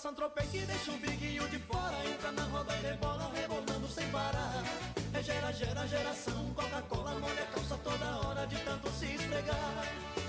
Saint-Tropez que deixa o biguinho de fora. Entra na roda e rebola, rebolando sem parar. É geração, Coca-Cola molha a calça toda hora de tanto se esfregar.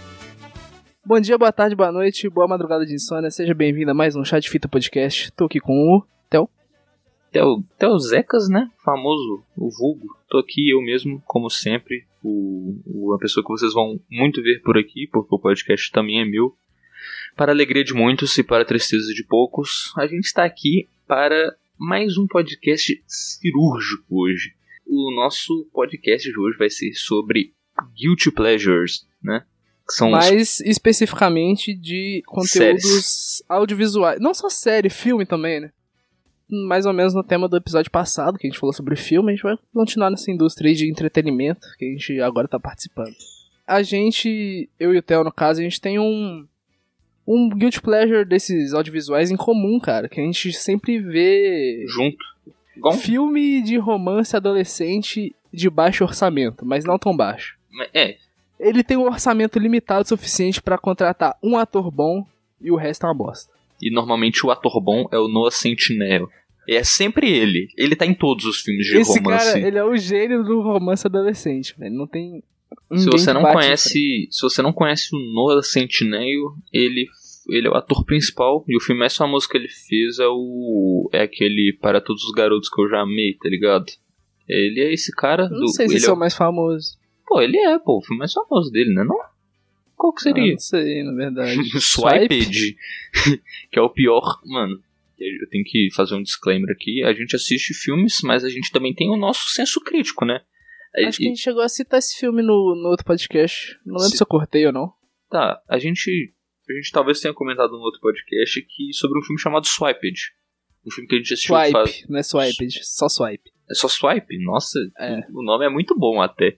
Bom dia, boa tarde, boa noite, boa madrugada de insônia. Seja bem-vindo a mais um Chá de Fita Podcast. Tô aqui com o Theo. Theo Zecas, né? Famoso, o vulgo. Tô aqui eu mesmo, como sempre. A pessoa que vocês vão muito ver por aqui, porque o podcast também é meu. Para a alegria de muitos e para a tristeza de poucos, a gente está aqui para mais um podcast cirúrgico hoje. O nosso podcast de hoje vai ser sobre Guilty Pleasures, né? Que são mais especificamente de conteúdos audiovisuais. Não só série, filme também, né? Mais ou menos no tema do episódio passado, que a gente falou sobre filme, a gente vai continuar nessa indústria aí de entretenimento que a gente agora tá participando. Eu e o Theo, no caso, a gente tem um guilty pleasure desses audiovisuais em comum, cara, que a gente sempre vê junto. Filme de romance adolescente de baixo orçamento, mas não tão baixo. Ele tem um orçamento limitado o suficiente pra contratar um ator bom e o resto é uma bosta. E normalmente o ator bom é o Noah Centineo. É sempre ele. Ele tá em todos os filmes de romance. Esse cara, ele é o gênio do romance adolescente, velho. Não tem... Se você não conhece o Noah Centineo, ele é o ator principal. E o filme mais famoso que ele fez é aquele Para Todos os Garotos que Eu Já Amei, tá ligado? Ele é esse cara... Não sei se esse é o mais famoso. Pô, ele é, o filme mais famoso dele, né? Não? Qual que seria? Não sei, na verdade. Swiped, que é o pior. Mano, eu tenho que fazer um disclaimer aqui. A gente assiste filmes, mas a gente também tem o nosso senso crítico, né? Acho que a gente chegou a citar esse filme no outro podcast. Não lembro se eu cortei ou não. Tá, a gente talvez tenha comentado no outro podcast aqui sobre um filme chamado Swiped. Um filme que a gente assistiu Swipe, não é Swiped, só Swipe. É só Swipe? Nossa, o nome é muito bom até.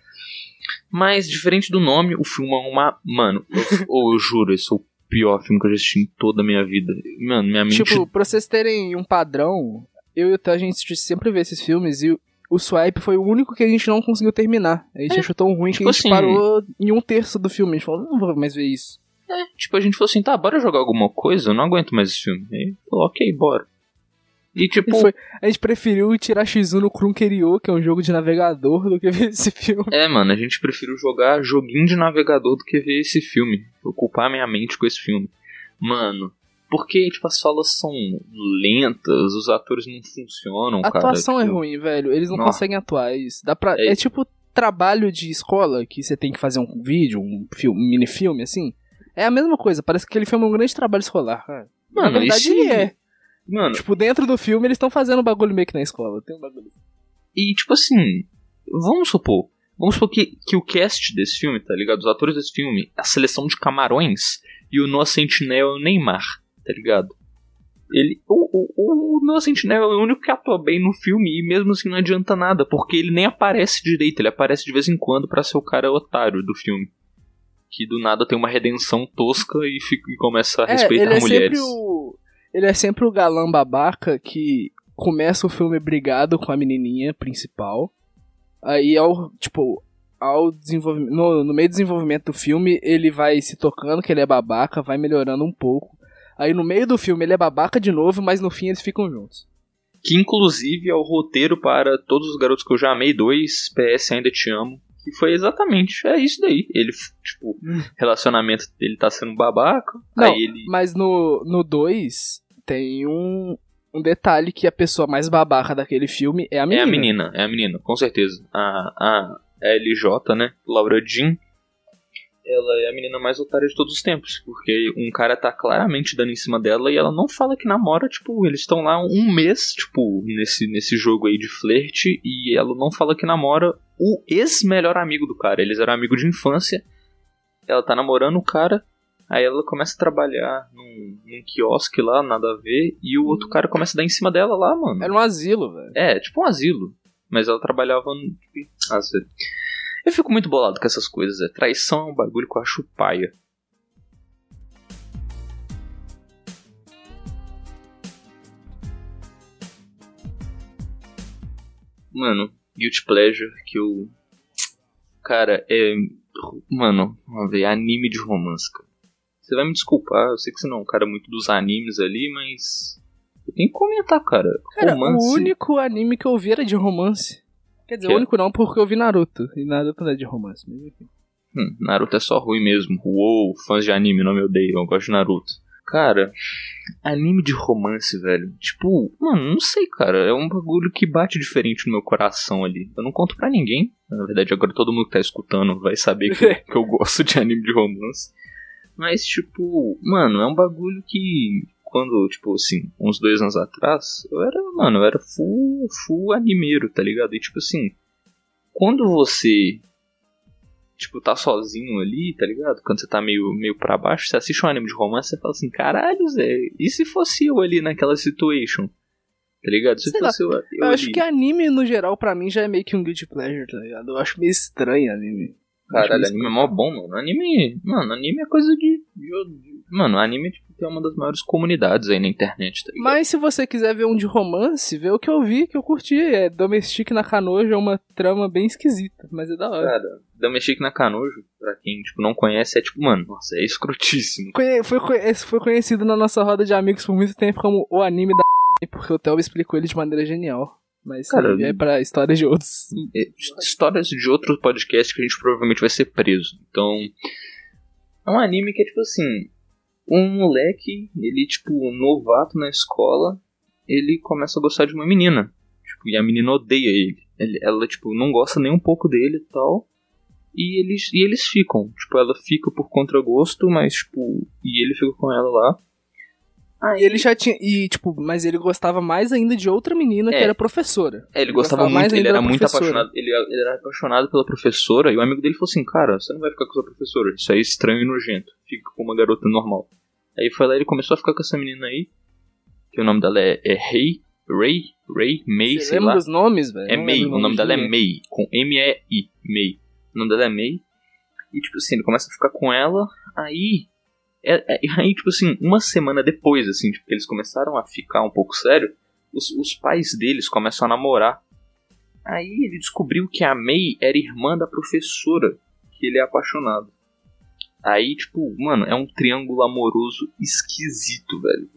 Mas, diferente do nome, o filme é uma... Mano, eu juro, esse é o pior filme que eu já assisti em toda a minha vida. Mano, minha mente... Tipo, pra vocês terem um padrão, eu e o Theo, a gente sempre vê esses filmes e o Swipe foi o único que a gente não conseguiu terminar. A gente achou tão ruim que a gente parou em um terço do filme. A gente falou, não vou mais ver isso. A gente falou assim, tá, bora jogar alguma coisa? Eu não aguento mais esse filme. Aí falou, ok, bora. E tipo... a gente preferiu tirar X1 no Crunkerio, que é um jogo de navegador, do que ver esse filme. Mano, a gente preferiu jogar joguinho de navegador do que ver esse filme. Ocupar minha mente com esse filme. Mano, porque, tipo, as falas são lentas, os atores não funcionam, cara. A atuação é ruim, velho. Eles não conseguem atuar, isso. É tipo trabalho de escola, que você tem que fazer um vídeo, um mini-filme, assim. É a mesma coisa, parece que aquele filme é um grande trabalho escolar, cara. Mano, na verdade, ele é. Mano, tipo, dentro do filme eles estão fazendo um bagulho meio que na escola. Tem um bagulho. E, tipo assim, vamos supor que o cast desse filme, tá ligado? Os atores desse filme, a seleção de camarões e o Noah Centineo é o Neymar, tá ligado? O Noah Centineo é o único que atua bem no filme e mesmo assim não adianta nada, porque ele nem aparece direito, ele aparece de vez em quando pra ser o cara otário do filme. Que do nada tem uma redenção tosca e começa a respeitar mulheres. Ele é sempre o galã babaca que começa o filme brigado com a menininha principal. Aí, no meio do desenvolvimento do filme, ele vai se tocando que ele é babaca, vai melhorando um pouco. Aí, no meio do filme, ele é babaca de novo, mas no fim eles ficam juntos. Que, inclusive, é o roteiro para Todos os Garotos que Eu Já Amei 2, PS Ainda Te Amo. Que foi exatamente, isso daí. Ele, tipo, relacionamento dele tá sendo babaca. Não, aí ele... mas no 2 tem um detalhe que a pessoa mais babaca daquele filme é a menina. É a menina, com certeza. A LJ, né, Laura Jean, ela é a menina mais otária de todos os tempos. Porque um cara tá claramente dando em cima dela e ela não fala que namora, tipo, eles estão lá um mês, tipo, nesse jogo aí de flerte, e ela não fala que namora o ex-melhor amigo do cara. Eles eram amigos de infância, ela tá namorando o cara, aí ela começa a trabalhar num quiosque lá, nada a ver, e o outro cara começa a dar em cima dela lá, mano. Era um asilo, velho. Tipo um asilo. Mas ela trabalhava eu fico muito bolado com essas coisas. Traição é um bagulho que eu acho paia. Mano, Guilty Pleasure que eu... Cara, Mano, vamos ver, anime de romance, cara. Você vai me desculpar, eu sei que você não é um cara muito dos animes ali, mas... eu tenho que comentar, cara. Cara, romance. O único anime que eu vi era de romance. Quer dizer, o único não, porque eu vi Naruto. E Naruto não é de romance, mas enfim. Naruto é só ruim mesmo. Uou, fãs de anime não me odeiam, eu gosto de Naruto. Cara, anime de romance, velho. Tipo, mano, não sei, cara. É um bagulho que bate diferente no meu coração ali. Eu não conto pra ninguém. Na verdade, agora todo mundo que tá escutando vai saber que eu gosto de anime de romance. Mas, tipo, mano, é um bagulho que... quando, tipo assim, uns 2 anos atrás, eu era full animeiro, tá ligado? E, tipo assim, quando você... tipo, tá sozinho ali, tá ligado? Quando você tá meio pra baixo, você assiste um anime de romance, você fala assim, caralho, Zé, e se fosse eu ali naquela situation? Tá ligado? Se fosse eu acho ali. que anime, no geral, pra mim, já é meio que um guilty pleasure, tá ligado? Eu acho meio estranho anime. Caralho, anime é mó bom, mano. Anime é coisa de... mano, anime tipo, tem uma das maiores comunidades aí na internet, tá ligado? Mas se você quiser ver um de romance, vê o que eu vi, que eu curti. É Domestique Nakanojo, é uma trama bem esquisita, mas é da hora. Cara, Domestique Nakanojo, pra quem tipo, não conhece, é tipo, mano, nossa, é escrotíssimo. Foi conhecido na nossa roda de amigos por muito tempo como o anime da porque o Theo explicou ele de maneira genial. Mas cara, é pra histórias de outros. Histórias de outros podcasts que a gente provavelmente vai ser preso. Então, é um anime que é tipo assim... um moleque, ele tipo, novato na escola, ele começa a gostar de uma menina. Tipo, e a menina odeia ele. Ela, tipo, não gosta nem um pouco dele e tal. E eles ficam. Tipo, ela fica por contragosto, mas tipo... e ele fica com ela lá. E ele já tinha... e, tipo, mas ele gostava mais ainda de outra menina que era professora. Ele gostava muito, ele era muito apaixonado. Ele era apaixonado pela professora. E o amigo dele falou assim, cara, você não vai ficar com a sua professora. Isso aí é estranho e nojento. Fica com uma garota normal. Aí foi lá e ele começou a ficar com essa menina aí. Que o nome dela é Ray, May, sei lá. Você lembra os nomes, velho? É May, o nome dela é May. Com M-E-I, May. O nome dela é May. E tipo assim, ele começa a ficar com ela. Aí, tipo assim, uma semana depois, assim, tipo, que eles começaram a ficar um pouco sério, os pais deles começam a namorar. Aí ele descobriu que a May era irmã da professora, que ele é apaixonado. Aí, tipo, mano, é um triângulo amoroso esquisito, velho.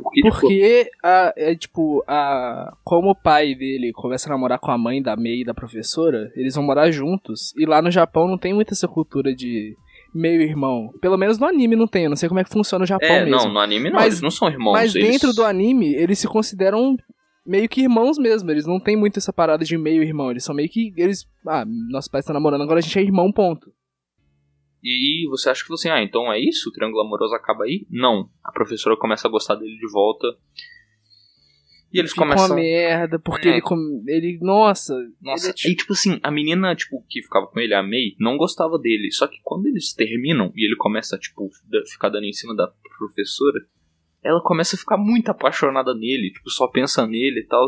Como o pai dele começa a namorar com a mãe da May e da professora, eles vão morar juntos. E lá no Japão não tem muita essa cultura de meio-irmão. Pelo menos no anime não tem, eu não sei como é que funciona no Japão mesmo. Não, no anime não, eles não são irmãos. Mas dentro do anime, eles se consideram meio que irmãos mesmo. Eles não tem muito essa parada de meio-irmão. Eles são meio que... nossos pais estão namorando, agora a gente é irmão, ponto. E você acha que assim, então é isso? O triângulo amoroso acaba aí? Não. A professora começa a gostar dele de volta. E eles começam... uma merda, porque ele... Nossa. Aí tipo assim, a menina tipo, que ficava com ele, a May, não gostava dele. Só que quando eles terminam e ele começa tipo, ficar dando em cima da professora, ela começa a ficar muito apaixonada nele. Tipo, só pensa nele e tal.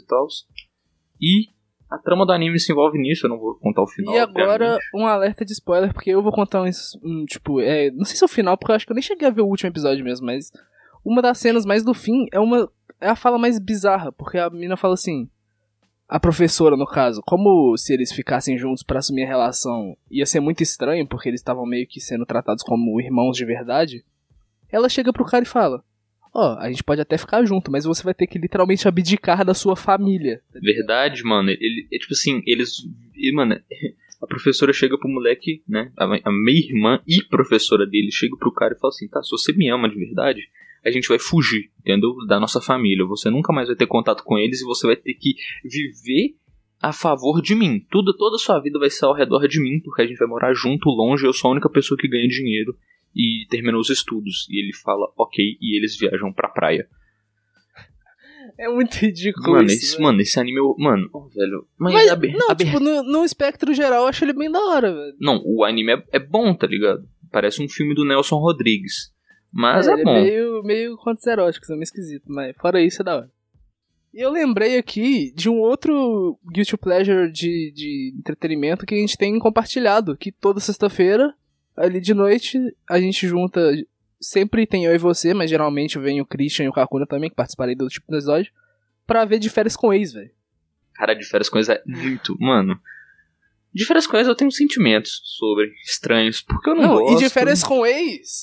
E a trama do anime se envolve nisso, eu não vou contar o final. E agora, um alerta de spoiler, porque eu vou contar não sei se é o final, porque eu acho que eu nem cheguei a ver o último episódio mesmo, mas uma das cenas mais do fim é a fala mais bizarra, porque a menina fala assim, a professora no caso, como se eles ficassem juntos pra assumir a relação ia ser muito estranho, porque eles estavam meio que sendo tratados como irmãos de verdade, ela chega pro cara e fala, a gente pode até ficar junto, mas você vai ter que literalmente abdicar da sua família. Verdade, mano. É tipo assim, mano, a professora chega pro moleque, né? A minha irmã e professora dele chega pro cara e fala assim, tá, se você me ama de verdade, a gente vai fugir, entendeu? Da nossa família. Você nunca mais vai ter contato com eles e você vai ter que viver a favor de mim. Toda a sua vida vai ser ao redor de mim, porque a gente vai morar junto, longe, eu sou a única pessoa que ganha dinheiro. E terminou os estudos. E ele fala, ok, e eles viajam pra praia. É muito ridículo isso. Mano, esse anime... velho... Mas tipo, no espectro geral, eu acho ele bem da hora, velho. Não, o anime é bom, tá ligado? Parece um filme do Nelson Rodrigues. Mas é bom. É meio contos eróticos, é meio esquisito. Mas fora isso, é da hora. E eu lembrei aqui de um outro guilty pleasure de entretenimento que a gente tem compartilhado. Que toda sexta-feira... ali de noite, a gente junta... Sempre tem eu e você, mas geralmente vem o Christian e o Kakuna também, que participarei do tipo de episódio, pra ver De Férias com Ex, velho. Cara, De Férias com Ex é muito... Mano, De Férias com Ex eu tenho sentimentos sobre estranhos, porque eu não gosto. E De Férias com Ex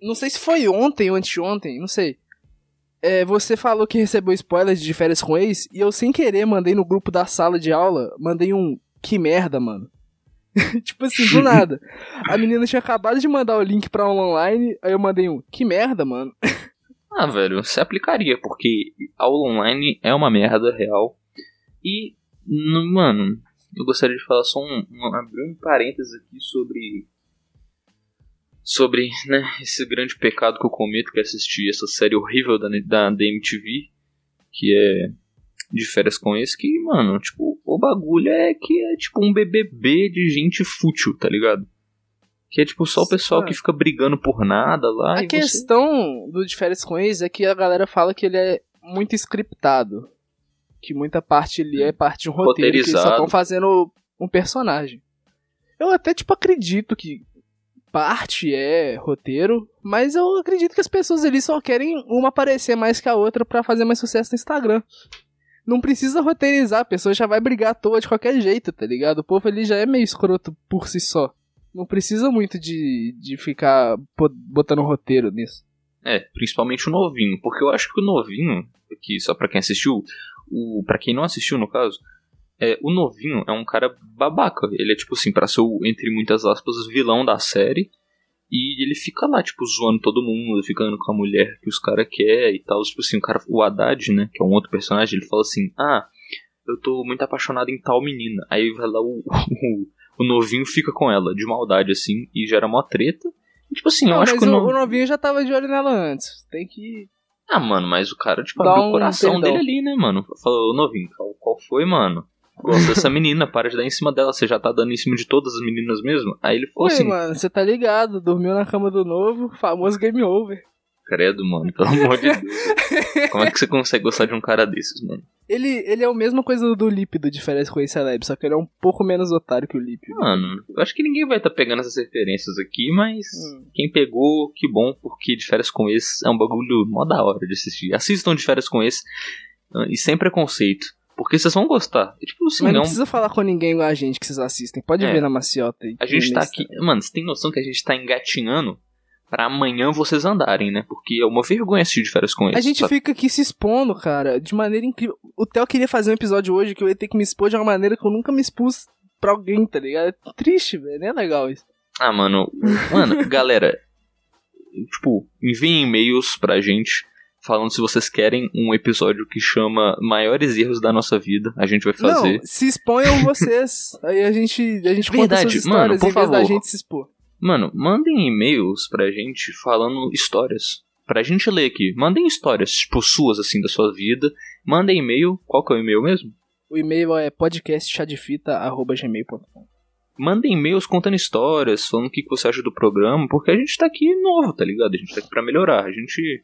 não sei se foi ontem ou anteontem, não sei. Você falou que recebeu spoiler de Férias com Ex, e eu sem querer mandei no grupo da sala de aula, mandei um que merda, mano. Tipo assim, do nada. A menina tinha acabado de mandar o link pra aula online, aí eu mandei um que merda, mano. Ah, velho, você aplicaria, porque aula online é uma merda real. E, mano, eu gostaria de falar só abrir um parênteses aqui sobre, né, esse grande pecado que eu cometo, que é assistir essa série horrível da MTV, que é de Férias com Ex, que, mano, tipo, o bagulho é que é tipo um BBB de gente fútil, tá ligado? Que é tipo só o pessoal que fica brigando por nada lá. A questão do de Férias com Ex é que a galera fala que ele é muito scriptado. Que muita parte ali é parte de um roteiro, que eles só estão fazendo um personagem. Eu até, tipo, acredito que parte é roteiro, mas eu acredito que as pessoas ali só querem uma aparecer mais que a outra pra fazer mais sucesso no Instagram. Não precisa roteirizar, a pessoa já vai brigar à toa de qualquer jeito, tá ligado? O povo ali já é meio escroto por si só. Não precisa muito de ficar botando roteiro nisso. Principalmente o novinho, porque eu acho que o novinho, aqui só pra quem assistiu, pra quem não assistiu no caso, o novinho é um cara babaca. Ele é tipo assim, pra ser o, entre muitas aspas, vilão da série. E ele fica lá, tipo, zoando todo mundo, ficando com a mulher que os caras querem e tal. Tipo assim, o Haddad, né, que é um outro personagem, ele fala assim, eu tô muito apaixonado em tal menina. Aí vai lá o novinho fica com ela, de maldade, assim, e gera mó treta. E, tipo assim, eu acho que o novinho já tava de olho nela antes. Tem que... mano, mas o cara, tipo, abriu o coração dele ali, né, mano? Falou, novinho, qual foi, mano? Gosto dessa menina, para de dar em cima dela. Você já tá dando em cima de todas as meninas mesmo? Aí ele falou assim... mano, você tá ligado, dormiu na cama do novo, famoso game over. Credo, mano, pelo amor de Deus. Como é que você consegue gostar de um cara desses, mano? Ele é a mesma coisa do Lípido de Férias com Ex-Celeb, só que ele é um pouco menos otário que o Lípido. Mano, eu acho que ninguém vai estar pegando essas referências aqui, mas quem pegou, que bom, porque de Férias com Ex é um bagulho mó da hora de assistir. Assistam de Férias com Ex e sem preconceito. Porque vocês vão gostar. Tipo, assim, mas não precisa falar com ninguém igual a gente que vocês assistem. Pode ver na maciota aí. A gente tá aqui... Mano, você tem noção que a gente tá engatinhando pra amanhã vocês andarem, né? Porque é uma vergonha assistir de Férias com Ex. A gente fica aqui se expondo, cara, de maneira incrível. O Theo queria fazer um episódio hoje que eu ia ter que me expor de uma maneira que eu nunca me expus pra alguém, tá ligado? É triste, velho. Não é legal isso. Mano, galera, tipo, enviem e-mails pra gente falando se vocês querem um episódio que chama Maiores Erros da Nossa Vida. A gente vai fazer. Não, se exponham vocês. Aí a gente conta suas histórias, mano, por favor. Em vez da gente se expor. Mano, mandem e-mails pra gente falando histórias. Pra gente ler aqui. Mandem histórias, tipo, suas, assim, da sua vida. Mandem e-mail. Qual que é o e-mail mesmo? O e-mail é podcastchadefita@gmail.com. Mandem e-mails contando histórias, falando o que você acha do programa, porque a gente tá aqui novo, tá ligado? A gente tá aqui pra melhorar. A gente...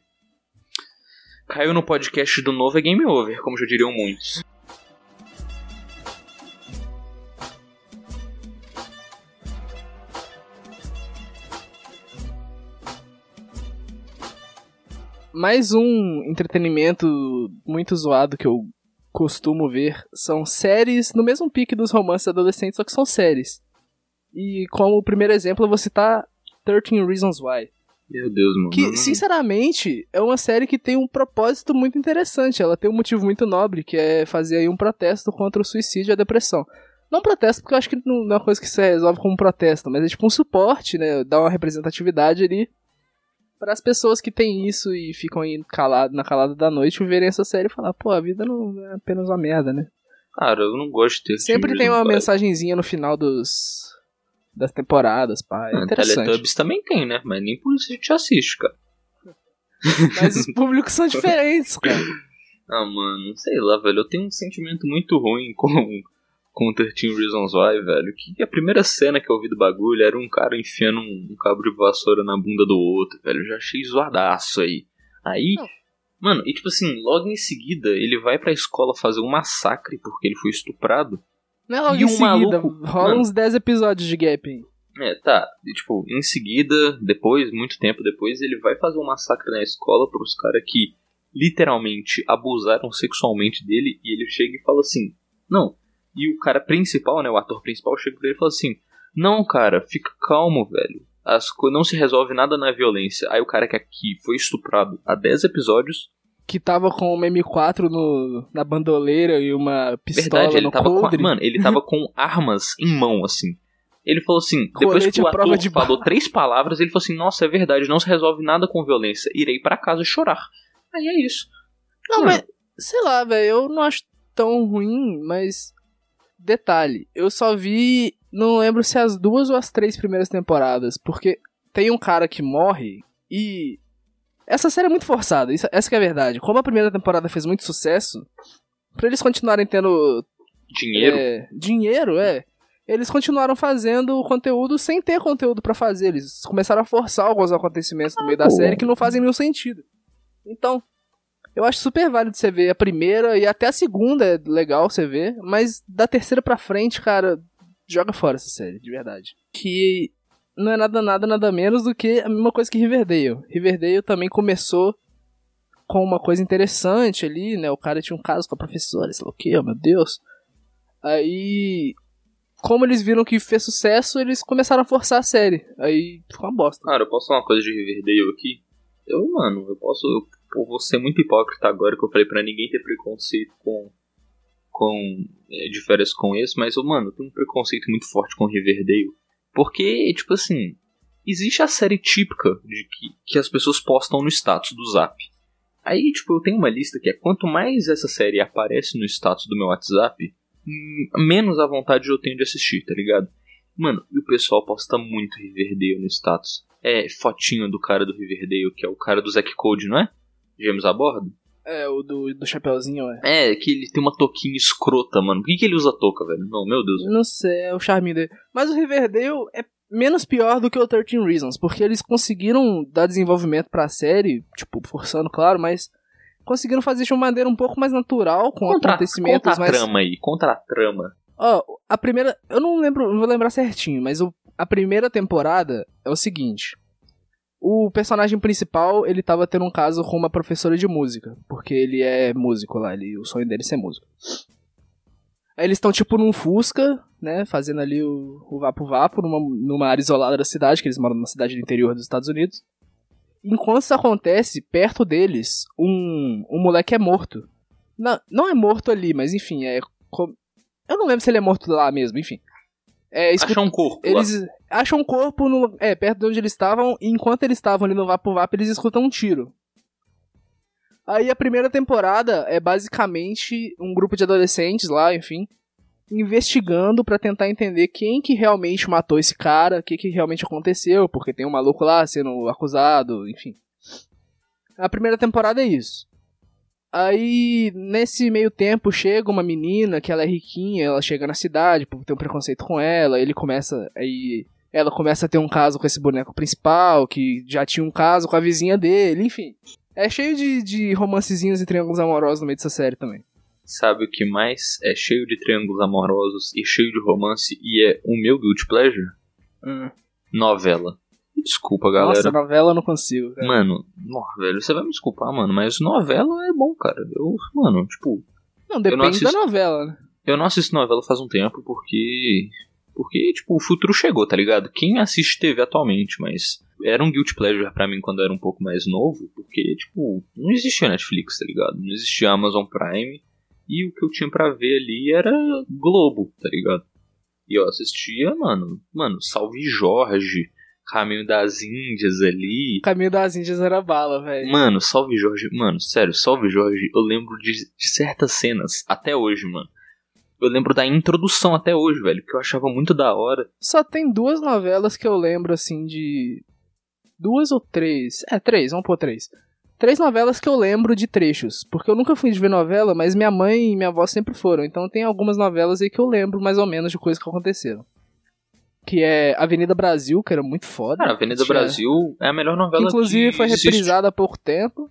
caiu no podcast do novo é game over, como já diriam muitos. Mais um entretenimento muito zoado que eu costumo ver são séries no mesmo pique dos romances adolescentes, só que são séries. E como primeiro exemplo eu vou citar 13 Reasons Why. Meu Deus, mano. Que, sinceramente, é uma série que tem um propósito muito interessante. Ela tem um motivo muito nobre, que é fazer aí um protesto contra o suicídio e a depressão. Não protesto, porque eu acho que não é uma coisa que se resolve como protesto, mas é tipo um suporte, né? Dar uma representatividade ali para as pessoas que têm isso e ficam aí na calada da noite verem essa série e falar, pô, a vida não é apenas uma merda, né? Cara, eu não gosto de ter... Sempre tem uma mensagenzinha no final das temporadas, pá. É interessante. Teletubbies também tem, né? Mas nem por isso a gente assiste, cara. Mas os públicos são diferentes, cara. Mano, sei lá, velho. Eu tenho um sentimento muito ruim com 13 Reasons Why, velho. Que a primeira cena que eu vi do bagulho era um cara enfiando um cabo de vassoura na bunda do outro, velho. Eu já achei zoadaço aí. Aí, mano, e tipo assim, logo em seguida ele vai pra escola fazer um massacre porque ele foi estuprado. Não é logo em seguida, rola uns 10 episódios de gap aí. Tá. E, tipo, em seguida, depois, muito tempo depois, ele vai fazer um massacre na escola pros caras que literalmente abusaram sexualmente dele. E ele chega e fala assim, não. E o cara principal, né, o ator principal, chega pra ele e fala assim, não, cara, fica calmo, velho. Não se resolve nada na violência. Aí o cara que aqui foi estuprado há 10 episódios... Que tava com uma M4 na bandoleira e uma pistola. Verdade, no coldre. Mano, ele tava com armas em mão, assim. Ele falou assim, depois que o ator falou 3 palavras, ele falou assim, nossa, é verdade, não se resolve nada com violência, irei pra casa chorar. Aí é isso. Não, mas, sei lá, velho, eu não acho tão ruim, mas... Detalhe, eu só vi, não lembro se as 2 ou as 3 primeiras temporadas, porque tem um cara que morre e... Essa série é muito forçada, essa que é a verdade. Como a primeira temporada fez muito sucesso, pra eles continuarem tendo... Dinheiro, eles continuaram fazendo conteúdo sem ter conteúdo pra fazer. Eles começaram a forçar alguns acontecimentos no meio da série que não fazem nenhum sentido. Então, eu acho super válido você ver a primeira e até a segunda é legal você ver, mas da terceira pra frente, cara, joga fora essa série, de verdade. Que não é nada menos do que a mesma coisa que Riverdale. Riverdale também começou com uma coisa interessante ali, né? O cara tinha um caso com a professora, sei lá o que, oh meu Deus. Aí, como eles viram que fez sucesso, eles começaram a forçar a série. Aí ficou uma bosta. Cara, eu posso falar uma coisa de Riverdale aqui? Eu vou ser muito hipócrita agora que eu falei pra ninguém ter preconceito de férias com esse, mas eu tenho um preconceito muito forte com Riverdale. Porque, tipo assim, existe a série típica de que as pessoas postam no status do Zap. Aí, tipo, eu tenho uma lista que é quanto mais essa série aparece no status do meu WhatsApp, menos a vontade eu tenho de assistir, tá ligado? Mano, e o pessoal posta muito Riverdale no status. É fotinho do cara do Riverdale, que é o cara do Zack Code, não é? Gêmeos a bordo? É, o do chapeuzinho, É, que ele tem uma touquinha escrota, mano. Por que ele usa touca, velho? Não, meu Deus. Não sei, é o charme dele. Mas o Riverdale é menos pior do que o 13 Reasons, porque eles conseguiram dar desenvolvimento pra série, tipo, forçando, claro, mas conseguiram fazer de uma maneira um pouco mais natural, com acontecimentos mais... Contra a trama. Ó, a primeira... Eu não vou lembrar certinho, mas a primeira temporada é o seguinte... O personagem principal, ele tava tendo um caso com uma professora de música, porque ele é músico lá, o sonho dele é ser músico. Aí eles estão tipo num Fusca, né, fazendo ali o vapo-vapo numa área isolada da cidade, que eles moram numa cidade do interior dos Estados Unidos. Enquanto isso acontece, perto deles, um moleque é morto. Não é morto ali, mas enfim, eu não lembro se ele é morto lá mesmo, enfim. Acham um corpo. Eles acham um corpo perto de onde eles estavam, e enquanto eles estavam ali no vapo-vapo, eles escutam um tiro. Aí a primeira temporada é basicamente um grupo de adolescentes lá, enfim, investigando pra tentar entender quem que realmente matou esse cara, o que realmente aconteceu, porque tem um maluco lá sendo acusado, enfim. A primeira temporada é isso. Aí, nesse meio tempo, chega uma menina que ela é riquinha, ela chega na cidade, porque tem um preconceito com ela, ela começa a ter um caso com esse boneco principal, que já tinha um caso com a vizinha dele, enfim. É cheio de romancezinhos e triângulos amorosos no meio dessa série também. Sabe o que mais é cheio de triângulos amorosos e cheio de romance e é o meu guilty pleasure? Novela. Desculpa, galera. Nossa, novela eu não consigo, cara. Mano, velho, você vai me desculpar, mano, mas novela é bom, cara. Não, depende da novela, né? Eu não assisto novela faz um tempo porque, tipo, o futuro chegou, tá ligado? Quem assiste TV atualmente, mas era um guilty pleasure pra mim quando eu era um pouco mais novo, porque, tipo, não existia Netflix, tá ligado? Não existia Amazon Prime, e o que eu tinha pra ver ali era Globo, tá ligado? E eu assistia, mano, Salve Jorge, Caminho das Índias ali. Caminho das Índias era bala, velho. Mano, Salve Jorge. Mano, sério, Salve Jorge, eu lembro de certas cenas até hoje, mano. Eu lembro da introdução até hoje, velho, que eu achava muito da hora. Só tem 2 novelas que eu lembro, assim, de... 2 ou 3? 3, vamos pôr 3. 3 novelas que eu lembro de trechos. Porque eu nunca fui de ver novela, mas minha mãe e minha avó sempre foram. Então tem algumas novelas aí que eu lembro mais ou menos de coisas que aconteceram. Que é Avenida Brasil, que era muito foda. Cara, Avenida Brasil é a melhor novela que inclusive foi reprisada há pouco tempo.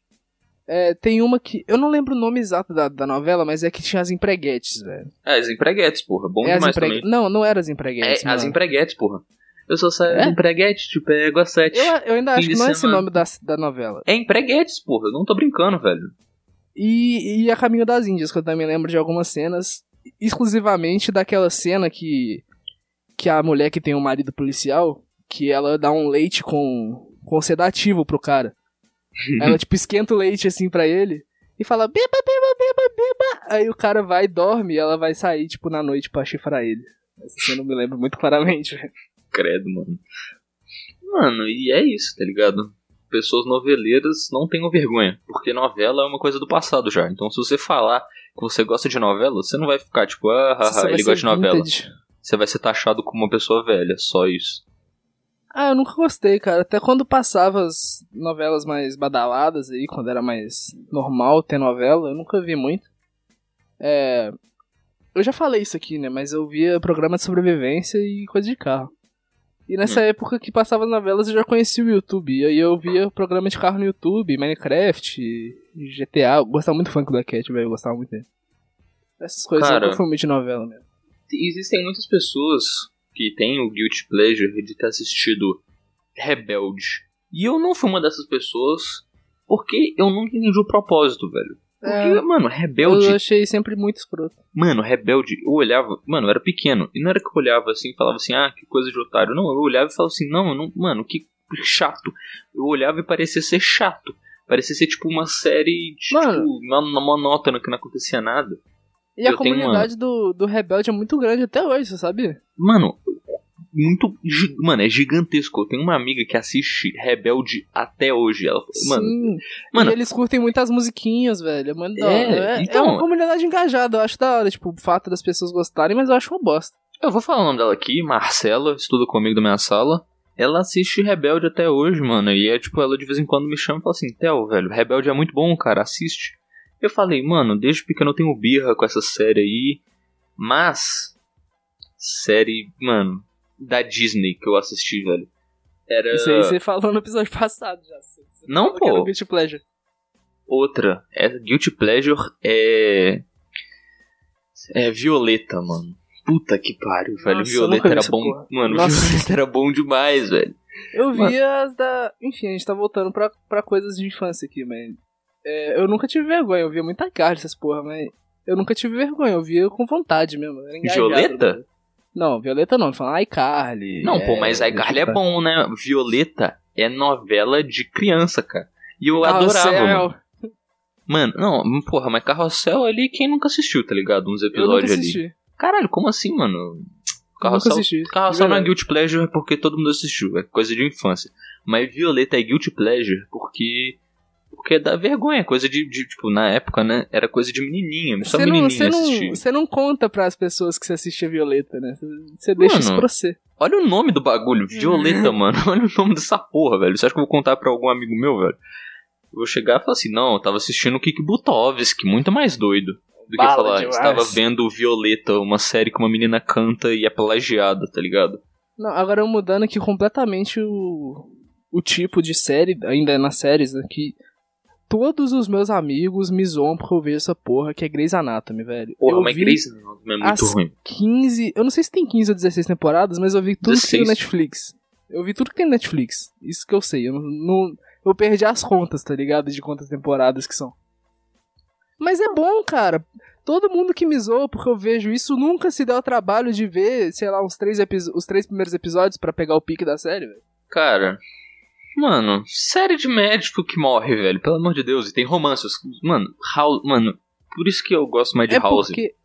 Tem uma que... Eu não lembro o nome exato da novela, mas é que tinha as empreguetes, velho. As empreguetes, porra. Bom demais também. Não era as empreguetes, as empreguetes, porra. Eu sou saio de empreguete, te pego a 7. Eu ainda acho que não é esse nome da novela. É empreguetes, porra. Eu não tô brincando, velho. E a Caminho das Índias, que eu também lembro de algumas cenas. Exclusivamente daquela cena que a mulher que tem um marido policial, que ela dá um leite com sedativo pro cara. Ela, tipo, esquenta o leite, assim, pra ele e fala, beba, beba, beba, beba. Aí o cara vai e dorme e ela vai sair, tipo, na noite pra chifrar ele. Essa cena eu me lembro muito claramente, velho. Credo, mano. Mano, e é isso, tá ligado? Pessoas noveleiras não tenham vergonha, porque novela é uma coisa do passado já. Então se você falar que você gosta de novela, você não vai ficar tipo, ele gosta de novela. Você vai ser taxado como uma pessoa velha, só isso. Eu nunca gostei, cara. Até quando passava as novelas mais badaladas aí, quando era mais normal ter novela, eu nunca vi muito. Eu já falei isso aqui, né? Mas eu via programa de sobrevivência e coisa de carro. E nessa época que passava as novelas eu já conhecia o YouTube. E aí eu via programa de carro no YouTube, Minecraft, GTA. Eu gostava muito do Funk da Cat, velho. Eu gostava muito dele. Essas coisas, cara, nunca foi muito de novela mesmo. Existem muitas pessoas que têm o guilty pleasure de ter assistido Rebelde. E eu não fui uma dessas pessoas porque eu nunca entendi o propósito, velho. Porque, mano, Rebelde... Eu achei sempre muito escroto. Mano, Rebelde, eu olhava... Mano, eu era pequeno. E não era que eu olhava assim e falava assim, que coisa de otário. Não, eu olhava e falava assim, não, mano, que chato. Eu olhava e parecia ser chato. Parecia ser, tipo, uma série, tipo, monótona, que não acontecia nada. E a comunidade do Rebelde é muito grande até hoje, você sabia? Mano... Mano, é gigantesco. Eu tenho uma amiga que assiste Rebelde até hoje. Ela fala, mano, e eles curtem muitas musiquinhas, velho. Mano, é uma comunidade engajada. Eu acho da hora, tipo, o fato das pessoas gostarem, mas eu acho uma bosta. Eu vou falar o nome dela aqui, Marcela, estuda comigo da minha sala. Ela assiste Rebelde até hoje, mano. E é tipo, ela de vez em quando me chama e fala assim, Theo, velho, Rebelde é muito bom, cara, assiste. Eu falei, mano, desde pequeno eu tenho birra com essa série aí. Mas série, mano, da Disney que eu assisti, velho. Era... Isso aí você falou no episódio passado já. Não, pô. Era Guilty Pleasure. Outra. Guilty Pleasure é Violeta, mano. Puta que pariu, velho. Nossa, Violeta era bom. Porra. Mano, Violeta era bom demais, velho. Eu vi as da... Enfim, a gente tá voltando pra coisas de infância aqui, mas... eu nunca tive vergonha. Eu via muita cara dessas porra, mas... Eu nunca tive vergonha. Eu via com vontade mesmo. Era engajado, Violeta? Mano. Não, Violeta não, falando iCarly. Não, pô, mas iCarly é bom, né? Violeta é novela de criança, cara. E eu adorava, mano. Mano, não, porra, mas Carrossel ali, quem nunca assistiu, tá ligado? Uns episódios ali. Caralho, como assim, mano? Carrossel não é Guilty Pleasure porque todo mundo assistiu, é coisa de infância. Mas Violeta é Guilty Pleasure porque dá vergonha, coisa de tipo, na época, né, era coisa de menininha, só menininha assistia. Você não conta pras pessoas que você assiste a Violeta, né, você deixa isso pra você. Olha o nome do bagulho, Violeta, mano, olha o nome dessa porra, velho, você acha que eu vou contar pra algum amigo meu, velho? Eu vou chegar e falar assim, não, eu tava assistindo o Kik Butovski, muito mais doido do que falar, estava vendo Violeta, uma série que uma menina canta e é plagiada, tá ligado? Não, agora eu mudando aqui completamente o tipo de série, ainda nas séries, né, que todos os meus amigos me zoam porque eu vejo essa porra que é Grey's Anatomy, velho. Porra, mas Grey's Anatomy é muito ruim. 15... Eu não sei se tem 15 ou 16 temporadas, mas eu vi tudo 16. Que tem no Netflix. Eu vi tudo que tem no Netflix. Isso que eu sei. Eu perdi as contas, tá ligado? De quantas temporadas que são. Mas é bom, cara. Todo mundo que me zoa porque eu vejo isso nunca se deu ao trabalho de ver, sei lá, os 3 primeiros episódios pra pegar o pique da série, velho. Cara... Mano, série de médico que morre, velho. Pelo amor de Deus. E tem romances. Mano, House... Mano, por isso que eu gosto mais de House.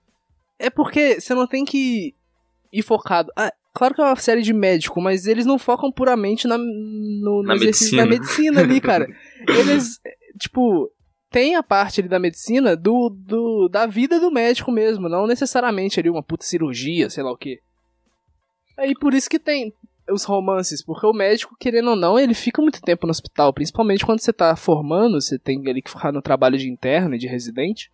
É porque você não tem que ir focado... Claro que é uma série de médico, mas eles não focam puramente no exercício da medicina ali, cara. Eles, tipo... Tem a parte ali da medicina da vida do médico mesmo. Não necessariamente ali uma puta cirurgia, sei lá o quê. Aí por isso que tem... os romances, porque o médico, querendo ou não, ele fica muito tempo no hospital, principalmente quando você tá formando, você tem ali que ficar no trabalho de interno e de residente,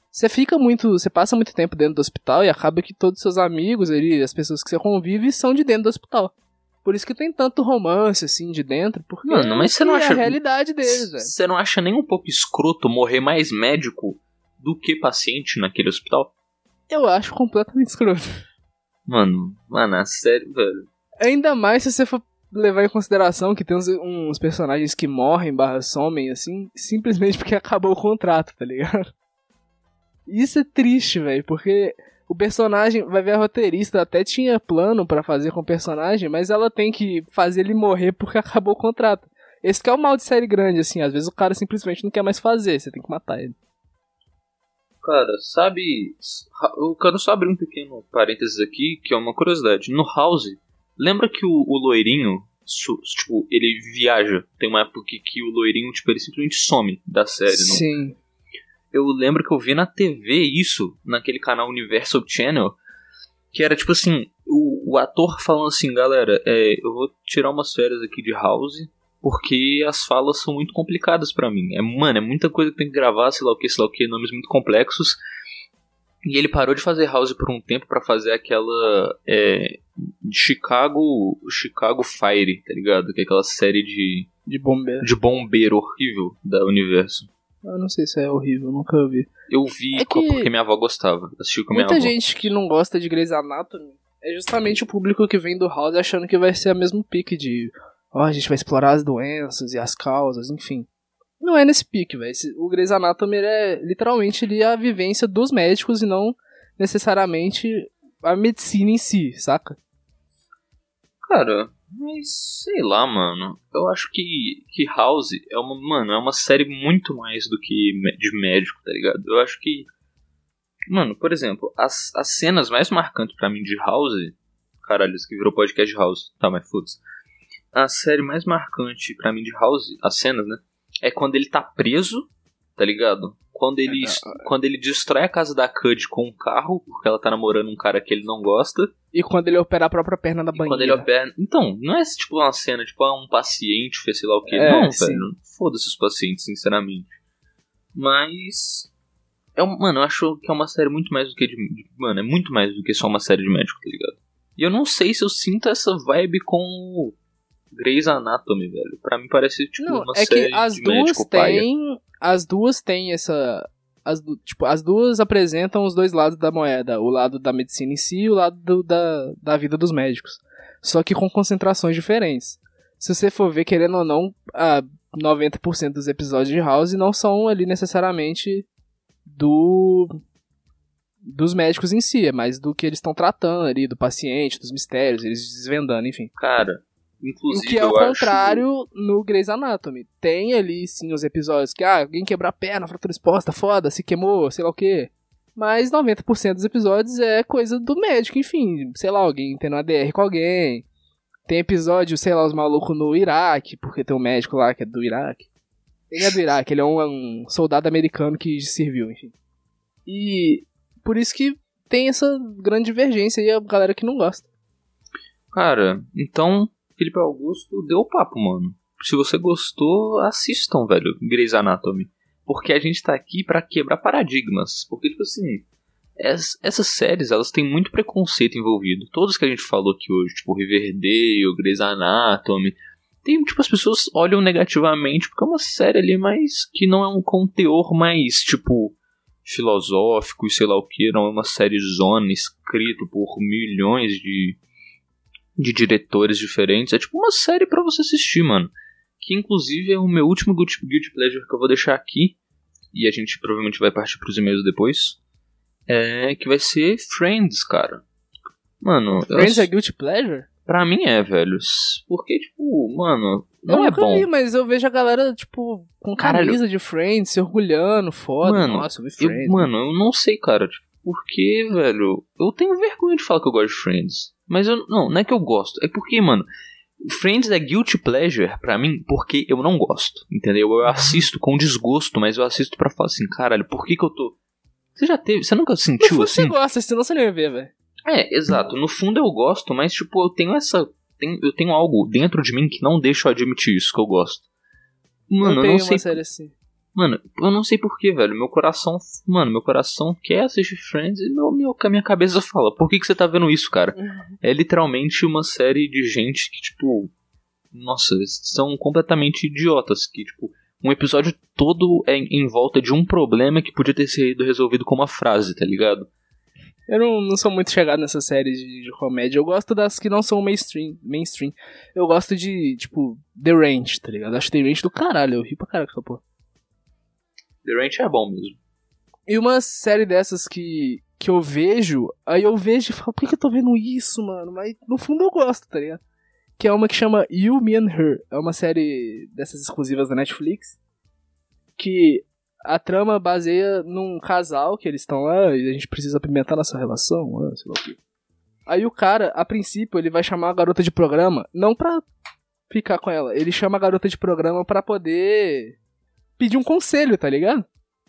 você passa muito tempo dentro do hospital e acaba que todos os seus amigos ali, as pessoas que você convive, são de dentro do hospital. Por isso que tem tanto romance, assim, de dentro, porque mano, mas você não acha... a realidade deles, velho. Você não acha nem um pouco escroto morrer mais médico do que paciente naquele hospital? Eu acho completamente escroto. Mano, a sério, velho. Ainda mais se você for levar em consideração que tem uns personagens que morrem / somem, assim, simplesmente porque acabou o contrato, tá ligado? Isso é triste, velho, porque o personagem, vai ver a roteirista, até tinha plano pra fazer com o personagem, mas ela tem que fazer ele morrer porque acabou o contrato. Esse que é o mal de série grande, assim, às vezes o cara simplesmente não quer mais fazer, você tem que matar ele. Cara, sabe, eu quero só abrir um pequeno parênteses aqui, que é uma curiosidade. No House, lembra que o loirinho, tipo, ele viaja? Tem uma época que o loirinho, tipo, ele simplesmente some da série, não? Sim. Eu lembro que eu vi na TV isso, naquele canal Universal Channel, que era tipo assim, o ator falando assim, galera, eu vou tirar umas férias aqui de House, porque as falas são muito complicadas pra mim. Mano, é muita coisa que tem que gravar, sei lá o que, nomes muito complexos. E ele parou de fazer House por um tempo pra fazer aquela Chicago Fire, tá ligado? Que é aquela série de bombeiro. De bombeiro horrível da Universo. Eu não sei se é horrível, nunca vi. Eu vi porque minha avó gostava. Assisti com minha avó. Muita gente que não gosta de Grey's Anatomy é justamente o público que vem do House achando que vai ser a mesmo pique de a gente vai explorar as doenças e as causas, enfim. Não é nesse pique, velho. O Grey's Anatomy é literalmente a vivência dos médicos e não necessariamente a medicina em si, saca? Cara, mas sei lá, mano. Eu acho que House é uma série muito mais do que de médico, tá ligado? Eu acho que, mano, por exemplo, as cenas mais marcantes pra mim de House, caralho, isso que virou podcast de House, tá, mas foda-se. A série mais marcante pra mim de House, as cenas, né, é quando ele tá preso, tá ligado? Quando ele destrói a casa da Cud com um carro, porque ela tá namorando um cara que ele não gosta. E quando ele opera a própria perna da banheira. Quando ele opera... Então, não é tipo uma cena, tipo, um paciente fez sei lá o quê. Não, sim. velho. Foda-se os pacientes, sinceramente. Mas... Mano, eu acho que é uma série muito mais do que Mano, é muito mais do que só uma série de médico, tá ligado? E eu não sei se eu sinto essa vibe com Grey's Anatomy, velho. Pra mim parece, tipo, uma série de médico paia. As duas têm essa... As duas apresentam os dois lados da moeda. O lado da medicina em si e o lado da vida dos médicos. Só que com concentrações diferentes. Se você for ver, querendo ou não, 90% dos episódios de House não são ali necessariamente dos médicos em si. É mais do que eles estão tratando ali, do paciente, dos mistérios, eles desvendando, enfim. Cara... Inclusive, o que é o contrário no Grey's Anatomy. Tem ali, sim, os episódios que, alguém quebrou a perna, fratura exposta, foda, se queimou, sei lá o quê. Mas 90% dos episódios é coisa do médico, enfim. Sei lá, alguém tendo uma DR com alguém. Tem episódio, sei lá, os malucos no Iraque, porque tem um médico lá que é do Iraque. Ele é do Iraque, ele é um soldado americano que serviu, enfim. E por isso que tem essa grande divergência e a galera que não gosta. Cara, então... Felipe Augusto deu o papo, mano. Se você gostou, assistam, velho, Grey's Anatomy. Porque a gente tá aqui pra quebrar paradigmas. Porque, tipo assim, essas séries, elas têm muito preconceito envolvido. Todos que a gente falou aqui hoje, tipo Riverdale, Grey's Anatomy, tem, tipo, as pessoas olham negativamente porque é uma série ali, mas que não é um conteúdo mais, tipo, filosófico e sei lá o que. Não é uma série zona escrita por milhões de diretores diferentes. É tipo uma série pra você assistir, mano. Que inclusive é o meu último Guilty Pleasure que eu vou deixar aqui. E a gente provavelmente vai partir pros e-mails depois. Que vai ser Friends, cara. Mano... Friends é Guilty Pleasure? Pra mim é, velho. Porque, tipo, mano... Não é bom. Vi, mas eu vejo a galera, tipo, com camisa de Friends, se orgulhando, foda. Mano, nossa, eu vi Friends. Eu não sei, cara. Tipo, porque, velho... Eu tenho vergonha de falar que eu gosto de Friends. Mas não é que eu gosto. É porque, mano, Friends é guilty pleasure pra mim porque eu não gosto, entendeu? Eu assisto com desgosto, mas eu assisto pra falar assim, caralho, por que eu tô... Você nunca sentiu assim? Você gosta, senão você não ia ver, velho. Exato. No fundo eu gosto, mas tipo, eu tenho algo dentro de mim que não deixa eu admitir isso, que eu gosto. Mano, eu não sei... uma série assim. Mano, eu não sei porquê, velho. Meu coração quer assistir Friends e minha cabeça fala, por que você tá vendo isso, cara? É literalmente uma série de gente que, tipo, nossa, são completamente idiotas. Que, tipo, um episódio todo é em volta de um problema que podia ter sido resolvido com uma frase, tá ligado? Eu não sou muito chegado nessas séries de comédia. Eu gosto das que não são mainstream. Eu gosto de, tipo, The Ranch, tá ligado? Acho The Ranch do caralho. Eu ri pra caralho com essa porra. The Ranch é bom mesmo. E uma série dessas que eu vejo, aí eu vejo e falo, por que eu tô vendo isso, mano? Mas no fundo eu gosto, tá ligado? Que é uma que chama You, Me and Her. É uma série dessas exclusivas da Netflix. Que a trama baseia num casal que eles estão lá e a gente precisa apimentar nossa relação, sei lá o quê. Aí o cara, a princípio, ele vai chamar a garota de programa, não pra ficar com ela, ele chama a garota de programa pra poder pedir um conselho, tá ligado?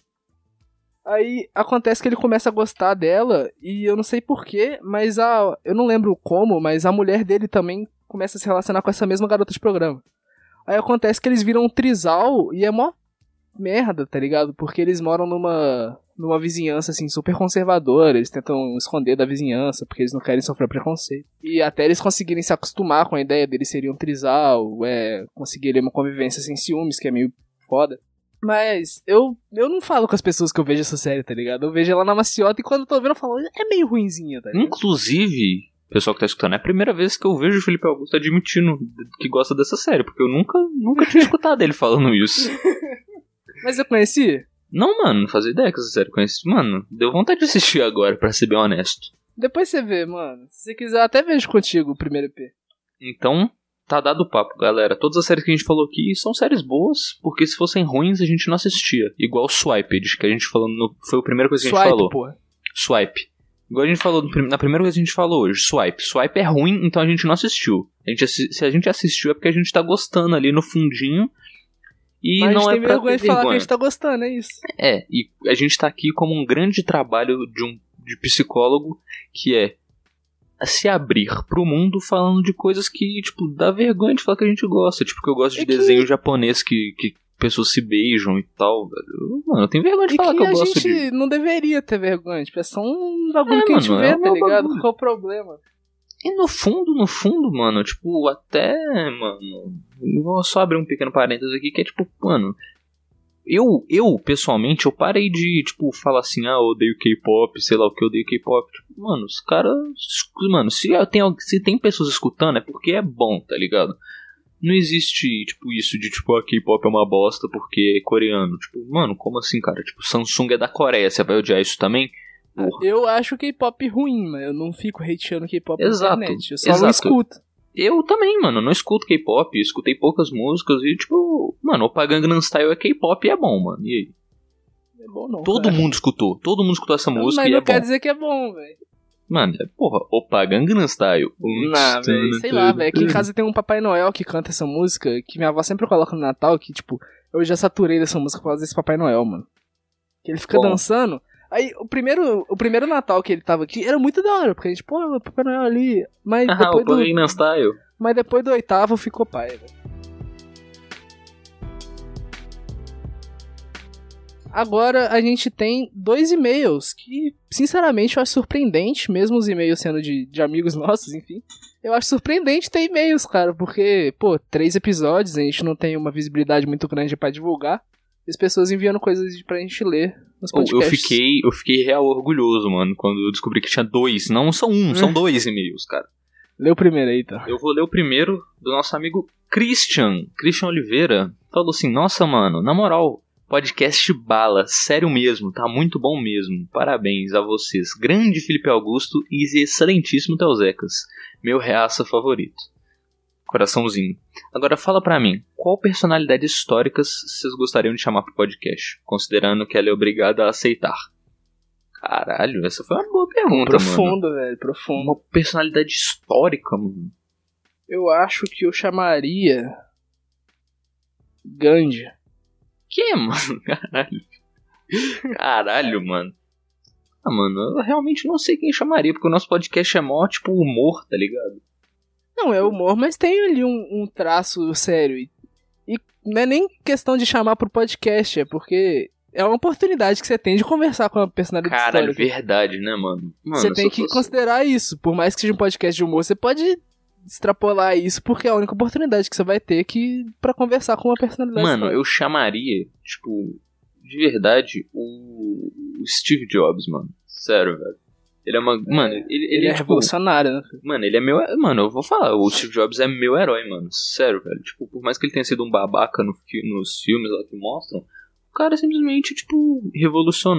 Aí acontece que ele começa a gostar dela e eu não sei porquê, mas eu não lembro como, mas a mulher dele também começa a se relacionar com essa mesma garota de programa. Aí acontece que eles viram um trisal e é mó merda, tá ligado? Porque eles moram numa vizinhança assim super conservadora, eles tentam esconder da vizinhança porque eles não querem sofrer preconceito. E até eles conseguirem se acostumar com a ideia deles serem um trisal, conseguirem uma convivência sem ciúmes, que é meio foda. Mas eu não falo com as pessoas que eu vejo essa série, tá ligado? Eu vejo ela na maciota e quando eu tô vendo eu falo, é meio ruinzinha, tá ligado? Inclusive, pessoal que tá escutando, é a primeira vez que eu vejo o Felipe Augusto admitindo que gosta dessa série, porque eu nunca tinha escutado ele falando isso. Mas eu conheci? Não, mano, não fazia ideia que essa série conheci. Mano, deu vontade de assistir agora, pra ser bem honesto. Depois você vê, mano. Se você quiser, eu até vejo contigo o primeiro EP. Então, tá dado o papo, galera. Todas as séries que a gente falou aqui são séries boas, porque se fossem ruins a gente não assistia. Igual Swiped, que a gente falou foi a primeira coisa que a gente falou. Porra. Swipe. Igual a gente falou na primeira coisa que a gente falou hoje, Swipe. Swipe é ruim, então a gente não assistiu. Se a gente assistiu é porque a gente tá gostando ali no fundinho. E mas não a gente é tem pra vergonha de falar que a gente tá gostando, é isso. E a gente tá aqui como um grande trabalho de psicólogo, que é se abrir pro mundo falando de coisas que, tipo, dá vergonha de falar que a gente gosta. Tipo, que eu gosto de desenho japonês que pessoas se beijam e tal, velho. Mano, eu tenho vergonha de falar que eu gosto de... a gente não deveria ter vergonha, tipo, é só um bagulho que a gente vê, tá ligado? Bagulho. Qual o problema? E no fundo, mano, tipo, até, mano... Eu vou só abrir um pequeno parênteses aqui, que é tipo, mano... Eu, pessoalmente, eu parei de, tipo, falar assim, eu odeio K-pop, sei lá o que, eu odeio K-pop. Tipo, mano, os caras... Mano, se tem pessoas escutando, é porque é bom, tá ligado? Não existe, tipo, isso de, tipo, a K-pop é uma bosta porque é coreano. Tipo, mano, como assim, cara? Tipo, Samsung é da Coreia, você vai odiar isso também? Porra. Eu acho K-pop ruim, mas eu não fico hateando K-pop na internet. Eu só exato. Não escuto. Eu também, mano, não escuto K-pop, escutei poucas músicas e, tipo, mano, o Gangnam Style é K-pop e é bom, mano. E aí? É bom não, todo mundo escutou essa música e é bom. Mas não quer dizer que é bom, velho. Mano, porra, Opa Gangnam Style. Não, velho, sei lá, velho. Aqui em casa tem um Papai Noel que canta essa música, que minha avó sempre coloca no Natal, que, tipo, eu já saturei dessa música por causa desse Papai Noel, mano. Que ele fica dançando. Aí, o primeiro Natal que ele tava aqui era muito da hora, porque a gente, pô, o Papai Noel ali. Mas depois o Gangnam Style. Mas depois do 8º ficou pai, velho. Agora a gente tem 2 e-mails que, sinceramente, eu acho surpreendente, mesmo os e-mails sendo de amigos nossos, enfim. Eu acho surpreendente ter e-mails, cara, porque, pô, 3 episódios, a gente não tem uma visibilidade muito grande pra divulgar. E as pessoas enviando coisas pra gente ler nos podcasts. Eu fiquei real orgulhoso, mano, quando eu descobri que tinha 2. Não são 1, são 2 e-mails, cara. Lê o primeiro aí, então. Eu vou ler o primeiro do nosso amigo Christian Oliveira. Falou assim, nossa, mano, na moral, podcast bala, sério mesmo, tá muito bom mesmo. Parabéns a vocês, grande Felipe Augusto e excelentíssimo Teuzecas, meu reaça favorito. Coraçãozinho. Agora fala pra mim, qual personalidade histórica vocês gostariam de chamar pro podcast, considerando que ela é obrigada a aceitar? Caralho, essa foi uma boa pergunta, profundo, velho, profundo. Uma personalidade histórica, mano. Eu acho que eu chamaria Gandhi. Que, mano? Caralho, mano. Mano, eu realmente não sei quem chamaria, porque o nosso podcast é mó, tipo, humor, tá ligado? Não, é humor, mas tem ali um traço sério. E não é nem questão de chamar pro podcast, é porque... É uma oportunidade que você tem de conversar com uma personalidade histórica. Caralho, verdade, né, mano? Você tem que considerar isso. Por mais que seja um podcast de humor, você pode extrapolar isso, porque é a única oportunidade que você vai ter pra conversar com uma personalidade histórica. Mano, eu chamaria, tipo, de verdade, o Steve Jobs, mano. Sério, velho. Ele é uma... Mano, ele é tipo, revolucionário, né? Mano, ele é meu... Mano, eu vou falar, o Steve Jobs é meu herói, mano. Sério, velho. Tipo, por mais que ele tenha sido um babaca nos filmes lá que mostram, o cara simplesmente, tipo, revolucionou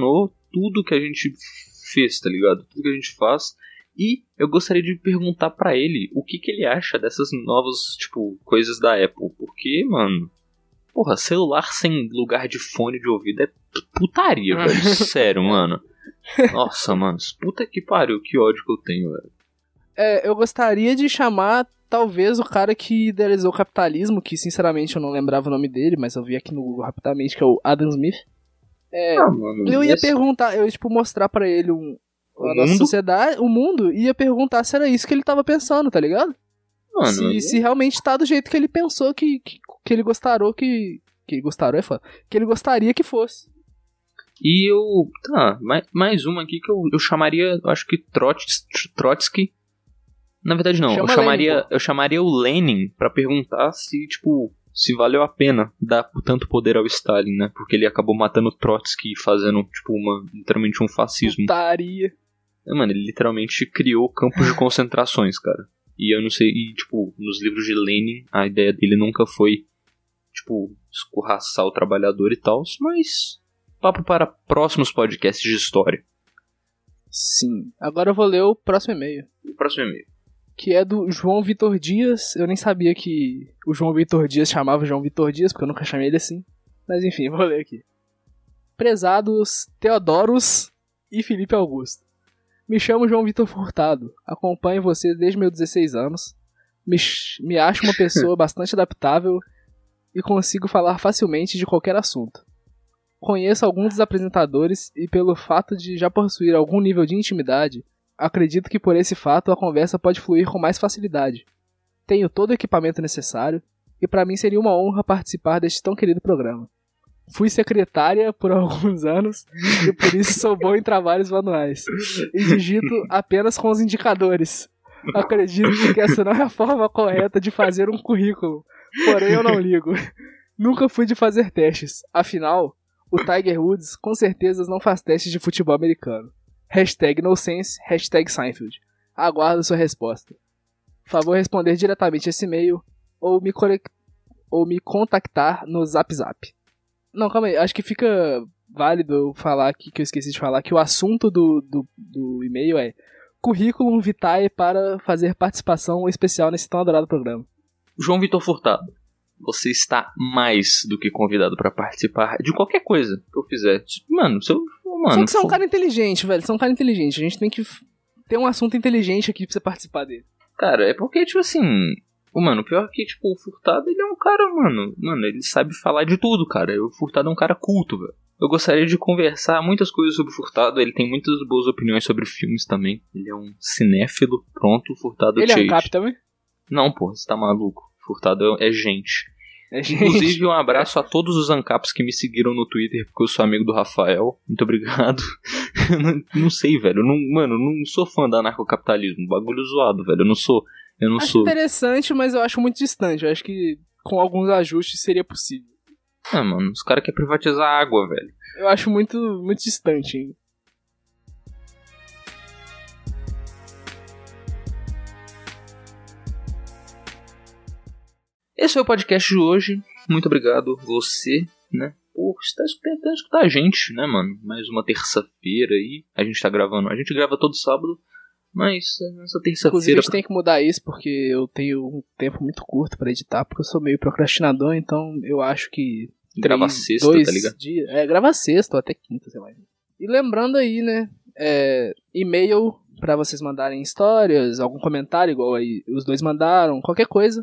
tudo que a gente fez, tá ligado? Tudo que a gente faz. E eu gostaria de perguntar pra ele o que ele acha dessas novas, tipo, coisas da Apple. Porque, mano, porra, celular sem lugar de fone de ouvido é putaria, velho. Sério, mano. Nossa, mano, puta que pariu, que ódio que eu tenho, velho. Eu gostaria de chamar, talvez, o cara que idealizou o capitalismo, que sinceramente eu não lembrava o nome dele, mas eu vi aqui no Google rapidamente, que é o Adam Smith. Mano, eu ia perguntar, eu ia, tipo, mostrar pra ele a nossa sociedade, o mundo, e ia perguntar se era isso que ele tava pensando, tá ligado? Mano, se realmente tá do jeito que ele pensou que ele gostaria que ele gostaria que fosse. E mais uma aqui que eu chamaria, eu acho que Trotsky. Na verdade não, eu chamaria o Lenin pra perguntar se, tipo, se valeu a pena dar tanto poder ao Stalin, né? Porque ele acabou matando o Trotsky e fazendo, tipo, literalmente um fascismo. Putaria. Mano, ele literalmente criou campos de concentrações, cara. E eu não sei, tipo, nos livros de Lenin, a ideia dele nunca foi, tipo, escorraçar o trabalhador e tal, mas papo para próximos podcasts de história. Sim. Agora eu vou ler o próximo e-mail. Que é do João Vitor Dias. Eu nem sabia que o João Vitor Dias chamava João Vitor Dias, porque eu nunca chamei ele assim. Mas enfim, vou ler aqui. Prezados Teodoros e Felipe Augusto. Me chamo João Vitor Furtado. Acompanho vocês desde meus 16 anos. Me acho uma pessoa bastante adaptável e consigo falar facilmente de qualquer assunto. Conheço alguns dos apresentadores e pelo fato de já possuir algum nível de intimidade, acredito que por esse fato a conversa pode fluir com mais facilidade. Tenho todo o equipamento necessário e para mim seria uma honra participar deste tão querido programa. Fui secretária por alguns anos e por isso sou bom em trabalhos manuais. E digito apenas com os indicadores. Acredito que essa não é a forma correta de fazer um currículo, porém eu não ligo. Nunca fui de fazer testes, afinal, o Tiger Woods com certeza não faz testes de futebol americano. #NoSense, #Seinfeld. Aguardo sua resposta. Por favor, responder diretamente esse e-mail ou me contactar no Zap Zap. Não, calma aí, acho que fica válido eu falar aqui, que eu esqueci de falar, que o assunto do e-mail é Currículum Vitae para fazer participação especial nesse tão adorado programa. João Vitor Furtado, você está mais do que convidado para participar de qualquer coisa que eu fizer. Mano, Só que você é um cara inteligente, velho. Você é um cara inteligente. A gente tem que ter um assunto inteligente aqui pra você participar dele. Cara, é porque, tipo assim... Mano, o pior é que, tipo, o Furtado, ele é um cara, mano... Mano, ele sabe falar de tudo, cara. O Furtado é um cara culto, velho. Eu gostaria de conversar muitas coisas sobre o Furtado. Ele tem muitas boas opiniões sobre filmes também. Ele é um cinéfilo. Pronto, o Furtado Ele é ANCAP também? Não, pô, você tá maluco. Furtado é gente. Inclusive, um abraço a todos os ANCAPs que me seguiram no Twitter, porque eu sou amigo do Rafael. Muito obrigado. não sei, velho. Mano, não sou fã da anarcocapitalismo. Bagulho zoado, velho. Eu não sou. Acho interessante, mas eu acho muito distante. Eu acho que com alguns ajustes seria possível. Mano, os caras querem privatizar a água, velho. Eu acho muito, muito distante, hein? Esse foi o podcast de hoje. Muito obrigado, você, né? Pô, você tá tentando escutar a gente, né, mano? Mais uma terça-feira aí. A gente tá gravando. A gente grava todo sábado, mas nessa terça-feira... Inclusive, a gente tem que mudar isso, porque eu tenho um tempo muito curto pra editar, porque eu sou meio procrastinador, então eu acho que... Grava sexta, tá ligado? Grava sexta ou até quinta, sei lá. E lembrando aí, né? E-mail pra vocês mandarem histórias, algum comentário, igual aí os dois mandaram, qualquer coisa.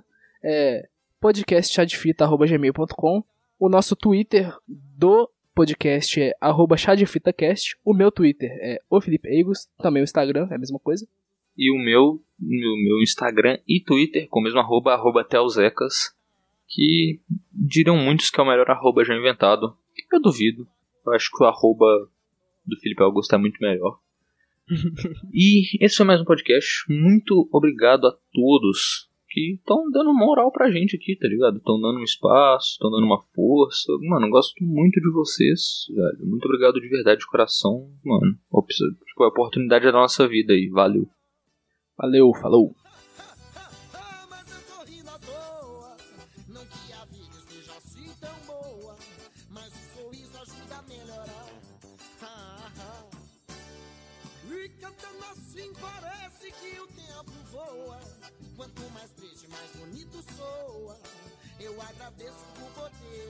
podcastchadefita@gmail.com. O nosso Twitter do podcast é @chadefitacast. O meu Twitter é o Felipe Eigos. Também o Instagram é a mesma coisa. E o meu Instagram e Twitter com o mesmo @telzecas, que diriam muitos que é o melhor arroba já inventado. Eu duvido. Eu acho que o arroba do Felipe Augusto é muito melhor. E esse foi mais um podcast. Muito obrigado a todos que estão dando moral pra gente aqui, tá ligado? Estão dando um espaço, estão dando uma força. Mano, gosto muito de vocês, velho. Muito obrigado de verdade, de coração. Mano, tipo, a oportunidade da nossa vida aí. Valeu. Valeu, falou. Mas eu tô rindo à toa. Não que a vida esteja assim tão boa, mas o sorriso ajuda a melhorar. voa. Quanto mais triste, mais bonito soa. Eu agradeço por poder